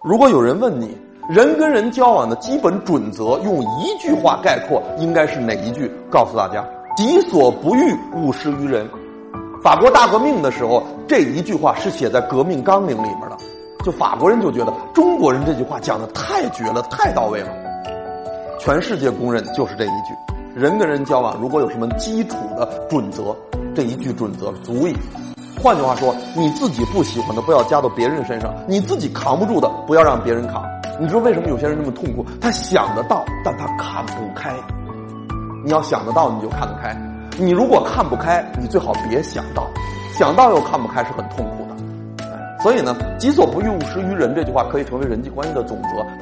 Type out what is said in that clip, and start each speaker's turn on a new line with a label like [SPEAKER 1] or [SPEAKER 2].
[SPEAKER 1] 如果有人问你，人跟人交往的基本准则用一句话概括，应该是哪一句？告诉大家，己所不欲，勿施于人。法国大革命的时候，这一句话是写在革命纲领里面的。就法国人就觉得中国人这句话讲的太绝了，太到位了。全世界公认就是这一句。人跟人交往，如果有什么基础的准则，这一句准则足以。换句话说，你自己不喜欢的不要加到别人身上，你自己扛不住的不要让别人扛。你知道为什么有些人这么痛苦？他想得到，但他看不开。你要想得到，你就看得开。你如果看不开，你最好别想到，想到又看不开是很痛苦的。所以呢，己所不欲，勿施于人这句话可以成为人际关系的总则。